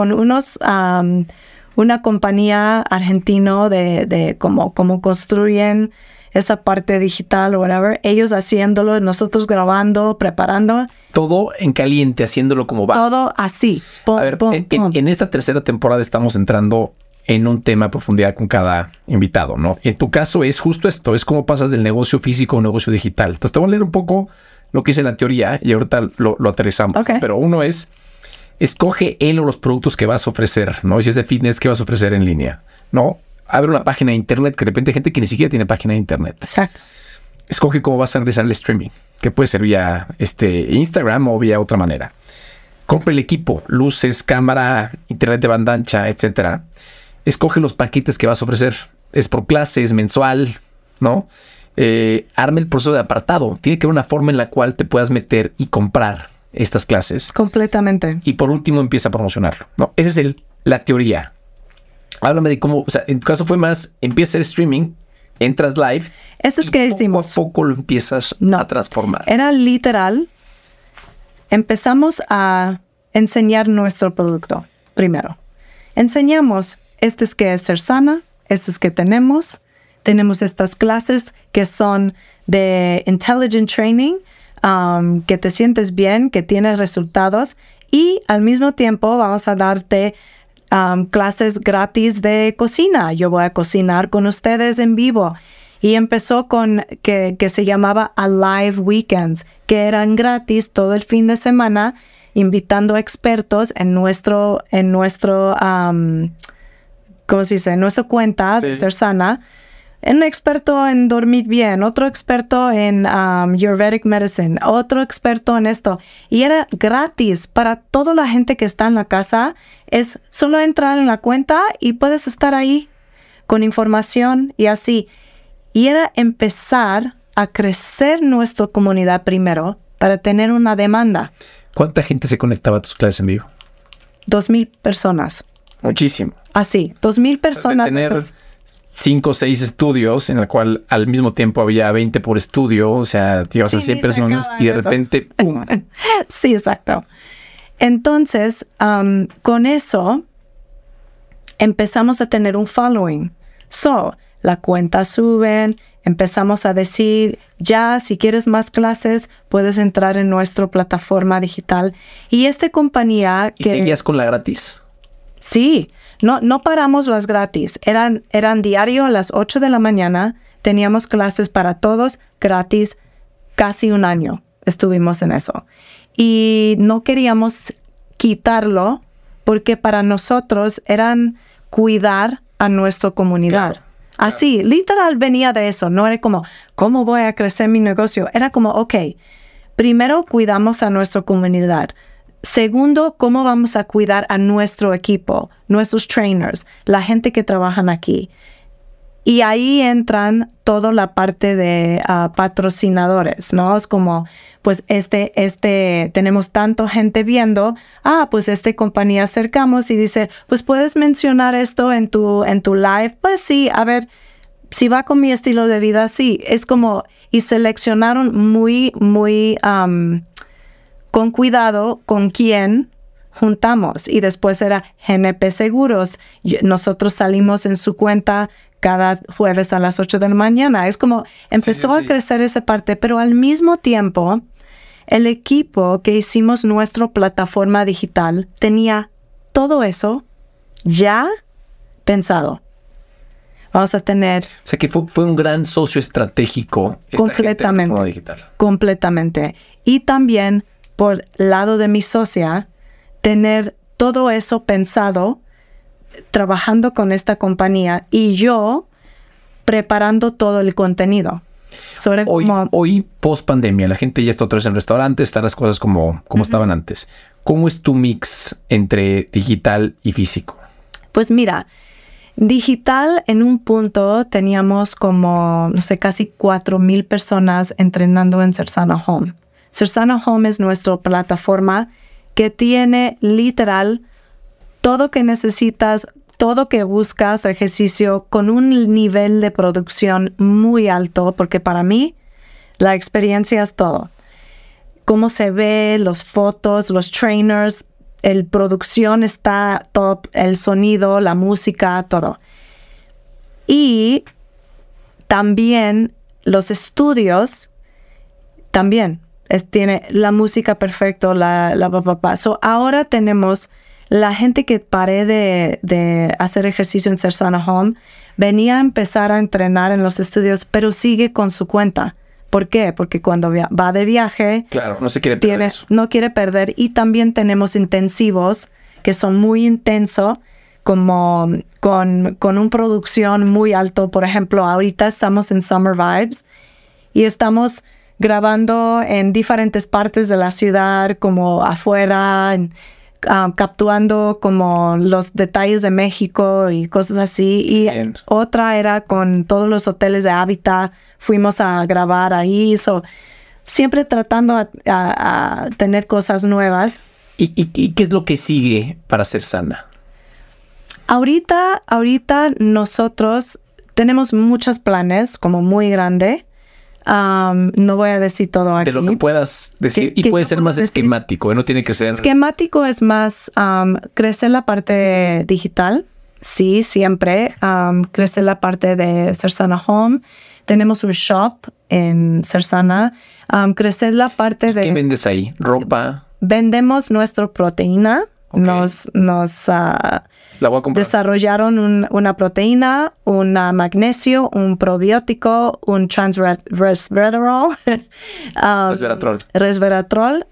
una compañía argentina de cómo construyen esa parte digital o whatever. Ellos haciéndolo, nosotros grabando, preparando. Todo en caliente, haciéndolo como va. Todo así. Pum, a ver, pum, pum. En esta tercera temporada estamos entrando en un tema a profundidad con cada invitado, ¿no? En tu caso es justo esto, es cómo pasas del negocio físico a un negocio digital. Entonces te voy a leer un poco lo que hice en la teoría y ahorita lo aterrizamos. Okay. Pero uno es, escoge él o los productos que vas a ofrecer, ¿no? Y si es de fitness, ¿qué vas a ofrecer en línea? ¿No? Abre una página de internet, que de repente hay gente que ni siquiera tiene página de internet. Exacto. Escoge cómo vas a realizar el streaming, que puede ser vía Instagram o vía otra manera. Compra el equipo, luces, cámara, internet de banda ancha, etcétera. Escoge los paquetes que vas a ofrecer. Es por clase, es mensual, ¿no? Arme el proceso de apartado. Tiene que haber una forma en la cual te puedas meter y comprar estas clases. Completamente. Y por último, empieza a promocionarlo, ¿no? Esa es la teoría. Háblame de cómo, o sea, en tu caso fue más, empieza el streaming, entras live. Esto es que hicimos. Poco a poco lo empiezas a transformar. Era literal. Empezamos a enseñar nuestro producto primero. Enseñamos, este es que es Sersana, este es que tenemos estas clases que son de intelligent training, que te sientes bien, que tienes resultados, y al mismo tiempo vamos a darte clases gratis de cocina. Yo voy a cocinar con ustedes en vivo. Y empezó con que se llamaba Alive Weekends, que eran gratis todo el fin de semana, invitando a expertos en nuestro ¿cómo se dice? En nuestra cuenta de Sersana. Un experto en dormir bien, otro experto en Ayurvedic Medicine, otro experto en esto. Y era gratis para toda la gente que está en la casa. Es solo entrar en la cuenta y puedes estar ahí con información y así. Y era empezar a crecer nuestra comunidad primero para tener una demanda. ¿Cuánta gente se conectaba a tus clases en vivo? 2,000 personas. Muchísimo. Así, 2,000 personas. O sea, de tener 5 o 6 estudios en el cual al mismo tiempo había 20 por estudio, o sea, llevas a 100 personas y de repente, ¡pum! Sí, exacto. Entonces, con eso empezamos a tener un following. La cuenta suben, empezamos a decir, ya, si quieres más clases, puedes entrar en nuestra plataforma digital. Y esta compañía ¿Y seguías con la gratis? Sí, no paramos las gratis. Eran diario a las 8 de la mañana, teníamos clases para todos gratis, casi un año estuvimos en eso. Y no queríamos quitarlo porque para nosotros eran cuidar a nuestra comunidad. Claro. Así, literal venía de eso. No era como, ¿cómo voy a crecer mi negocio? Era como, ok, primero cuidamos a nuestra comunidad. Segundo, ¿cómo vamos a cuidar a nuestro equipo, nuestros trainers, la gente que trabajan aquí? Y ahí entran toda la parte de patrocinadores, ¿no? Es como, pues tenemos tanta gente viendo, pues compañía acercamos y dice, pues puedes mencionar esto en tu live. Pues sí, a ver, si va con mi estilo de vida, sí. Es como, y seleccionaron muy con cuidado con quién juntamos. Y después era GNP Seguros. Nosotros salimos en su cuenta cada jueves a las 8 de la mañana. Es como empezó a crecer esa parte, pero al mismo tiempo, el equipo que hicimos nuestra plataforma digital tenía todo eso ya pensado. Vamos a tener... O sea que fue un gran socio estratégico. Completamente. Digital. Completamente. Y también, por lado de mi socia, tener todo eso pensado trabajando con esta compañía y yo preparando todo el contenido. Hoy post pandemia, la gente ya está otra vez en restaurantes, están las cosas como estaban antes. ¿Cómo es tu mix entre digital y físico? Pues mira, digital en un punto teníamos como, no sé, casi 4,000 personas entrenando en Sersana Home. Sersana Home es nuestra plataforma que tiene literal todo que necesitas, todo que buscas de ejercicio con un nivel de producción muy alto, porque para mí la experiencia es todo. Cómo se ve, los fotos, los trainers, la producción está top, el sonido, la música, todo. Y también los estudios, también tiene la música perfecta, So ahora tenemos... La gente que paré de hacer ejercicio en Sersana Home venía a empezar a entrenar en los estudios, pero sigue con su cuenta. ¿Por qué? Porque cuando va de viaje... Claro, no se quiere perder eso. No quiere perder. Y también tenemos intensivos que son muy intensos, como con una producción muy alto. Por ejemplo, ahorita estamos en Summer Vibes y estamos grabando en diferentes partes de la ciudad, como afuera, capturando como los detalles de México y cosas así. Y bien. Otra era con todos los hoteles de Habitat. Fuimos a grabar ahí. Siempre tratando a tener cosas nuevas. ¿Y qué es lo que sigue para Sersana? Ahorita nosotros tenemos muchos planes, como muy grande. No voy a decir todo aquí. De lo que puedas decir, y puede ser más esquemático, no tiene que ser... Esquemático es más crecer la parte digital, sí, siempre. Crecer la parte de Sersana Home. Tenemos un shop en Sersana. Crecer la parte de... ¿Qué vendes ahí? ¿Ropa? Vendemos nuestra proteína. Okay. La voy a comprar. Desarrollaron una proteína, un magnesio, un probiótico, un resveratrol. Resveratrol.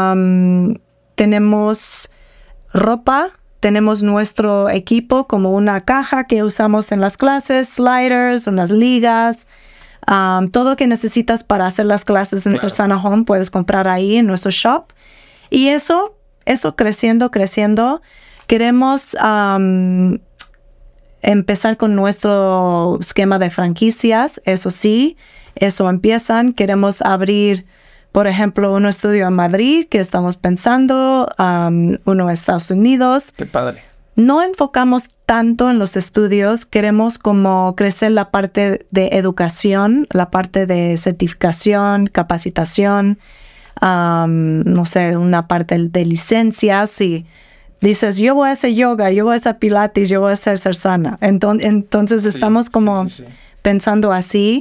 Tenemos ropa, tenemos nuestro equipo como una caja que usamos en las clases, sliders, unas ligas. Todo que necesitas para hacer las clases en Sersana Home puedes comprar ahí en nuestro shop. Y eso creciendo. Queremos empezar con nuestro esquema de franquicias. Eso sí, eso empiezan. Queremos abrir, por ejemplo, un estudio en Madrid que estamos pensando, uno en Estados Unidos. ¡Qué padre! No enfocamos tanto en los estudios. Queremos como crecer la parte de educación, la parte de certificación, capacitación. No sé, una parte de licencias. Si dices, yo voy a hacer yoga, yo voy a hacer pilates, yo voy a hacer Sersana. Entonces estamos como pensando así.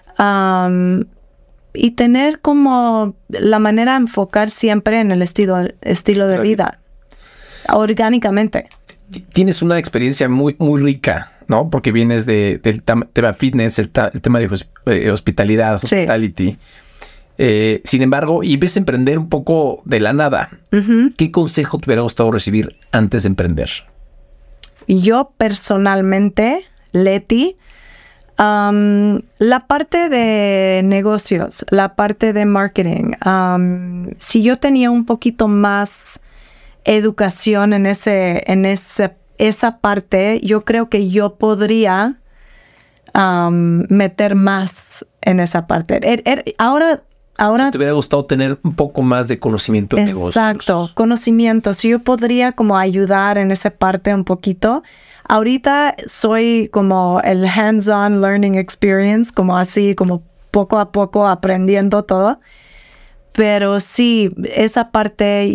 Y tener como la manera de enfocar siempre en el estilo de vida. Orgánicamente. Tienes una experiencia muy, muy rica ¿no? Porque vienes del tema fitness, el tema de hospitalidad, hospitality. Sin embargo, y ves a emprender un poco de la nada. ¿Qué consejo te hubiera gustado recibir antes de emprender? Yo personalmente, Leti, la parte de negocios, la parte de marketing, si yo tenía un poquito más educación en esa parte, yo creo que yo podría meter más en esa parte. Ahora te hubiera gustado tener un poco más de conocimiento de negocios. Exacto, conocimiento. Si yo podría como ayudar en esa parte un poquito. Ahorita soy como el hands-on learning experience, como así, como poco a poco aprendiendo todo. Pero sí, esa parte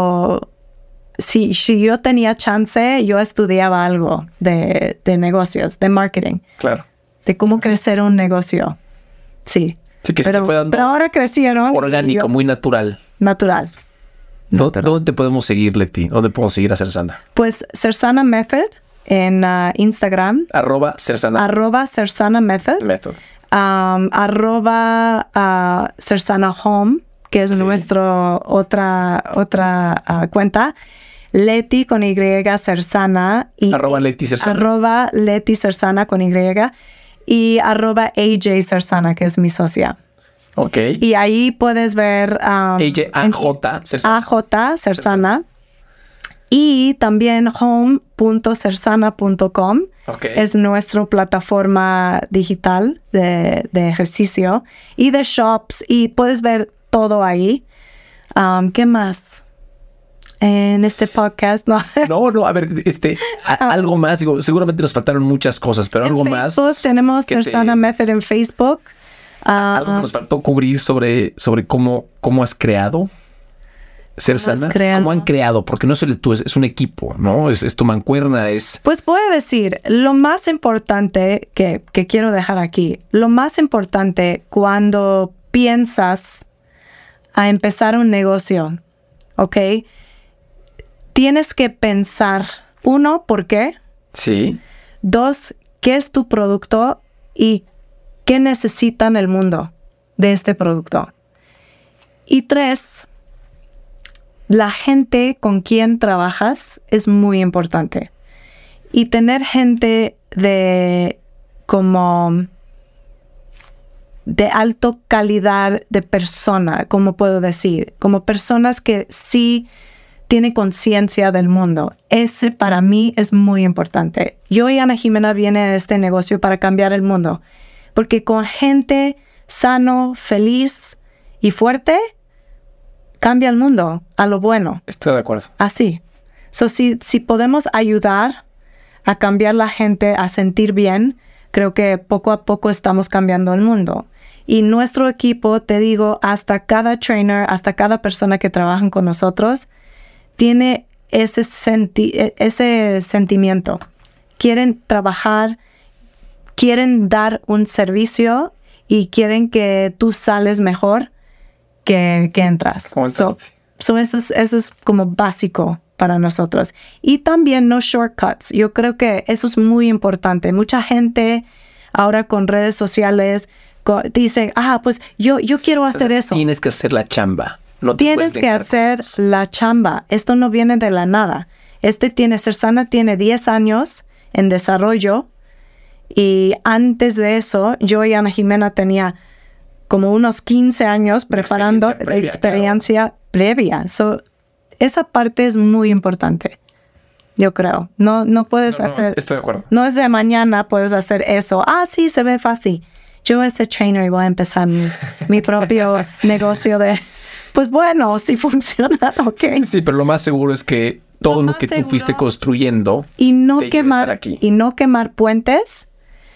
si yo tenía chance, yo estudiaba algo de negocios, de marketing. Claro. De cómo crecer un negocio. Sí. Sí, que pero, se te fue dando pero ahora crecieron. Orgánico, muy natural. Natural. ¿Dónde te podemos seguir, Leti? ¿Dónde podemos seguir a Cersana? Pues Cersana Method en Instagram. @Cersana. @Cersana Method. Cersana Home, que es nuestra otra cuenta. Leti con Y, Cersana. Y @Leti Cersana. @Leti Cersana con Y. Y @AJ Cersana, que es mi socia. Ok. Y ahí puedes ver... AJ Cersana. AJ Cersana. Y también home.cersana.com. Okay. Es nuestra plataforma digital de ejercicio y de shops. Y puedes ver todo ahí. ¿Qué más? En este podcast, ¿no? No, a ver, algo más. Digo, seguramente nos faltaron muchas cosas, pero algo más. Tenemos Cersana Method en Facebook. Algo que nos faltó cubrir sobre cómo has creado Cersana. ¿Cómo han creado? Porque no solo tú, es un equipo, ¿no? Es tu mancuerna, Pues puedo decir, lo más importante que quiero dejar aquí, lo más importante cuando piensas a empezar un negocio, ¿ok? Tienes que pensar, 1, ¿por qué? Sí. 2, ¿qué es tu producto? Y ¿qué necesitan el mundo de este producto? Y 3, la gente con quien trabajas es muy importante. Y tener gente de alta calidad de persona, como puedo decir, como personas que sí tiene conciencia del mundo. Ese para mí es muy importante. Yo y Ana Jimena viene a este negocio para cambiar el mundo. Porque con gente sano, feliz y fuerte, cambia el mundo a lo bueno. Estoy de acuerdo. Así. Si podemos ayudar a cambiar la gente a sentir bien, creo que poco a poco estamos cambiando el mundo. Y nuestro equipo, te digo, hasta cada trainer, hasta cada persona que trabaja con nosotros, tiene ese sentimiento. Quieren trabajar, quieren dar un servicio y quieren que tú sales mejor que entras. Eso es como básico para nosotros. Y también no shortcuts. Yo creo que eso es muy importante. Mucha gente ahora con redes sociales dice, pues yo quiero hacer eso. Tienes que hacer la chamba. No tienes que hacer la chamba. Esto no viene de la nada. Cersana tiene 10 años en desarrollo y antes de eso, yo y Ana Jimena tenía como unos 15 años preparando experiencia previa. Esa parte es muy importante, yo creo. No puedes hacer... Estoy de acuerdo. No es de mañana puedes hacer eso. Sí, se ve fácil. Yo ese trainer y voy a empezar mi propio negocio de... Pues bueno, si funciona, ok. Sí, pero lo más seguro es que todo lo que tú fuiste construyendo y no quemar puentes.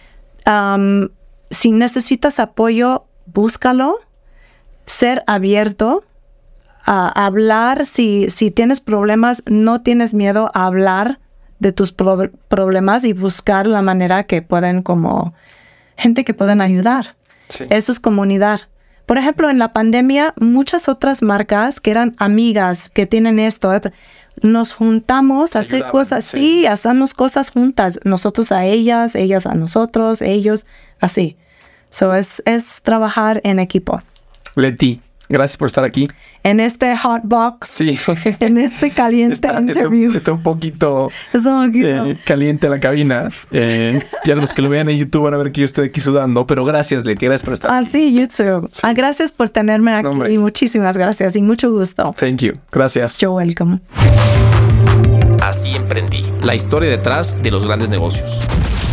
Si necesitas apoyo, búscalo. Ser abierto a hablar. Si tienes problemas, no tienes miedo a hablar de tus problemas y buscar la manera que pueden gente que pueden ayudar. Sí. Eso es comunidad. Por ejemplo, en la pandemia, muchas otras marcas que eran amigas, que tienen esto, nos juntamos a hacer cosas. Sí, hacemos cosas juntas. Nosotros a ellas, ellas a nosotros, ellos así. So es trabajar en equipo. Leti, gracias por estar aquí. En este hot box. Sí. En este caliente interview. Está un poquito, poquito. Caliente la cabina. Ya los que lo vean en YouTube van a ver que yo estoy aquí sudando. Pero gracias, Leti. Gracias por estar aquí. Sí, YouTube. Sí. Gracias por tenerme aquí. No, muchísimas gracias y mucho gusto. Thank you. Gracias. You're welcome. Así emprendí. La historia detrás de los grandes negocios.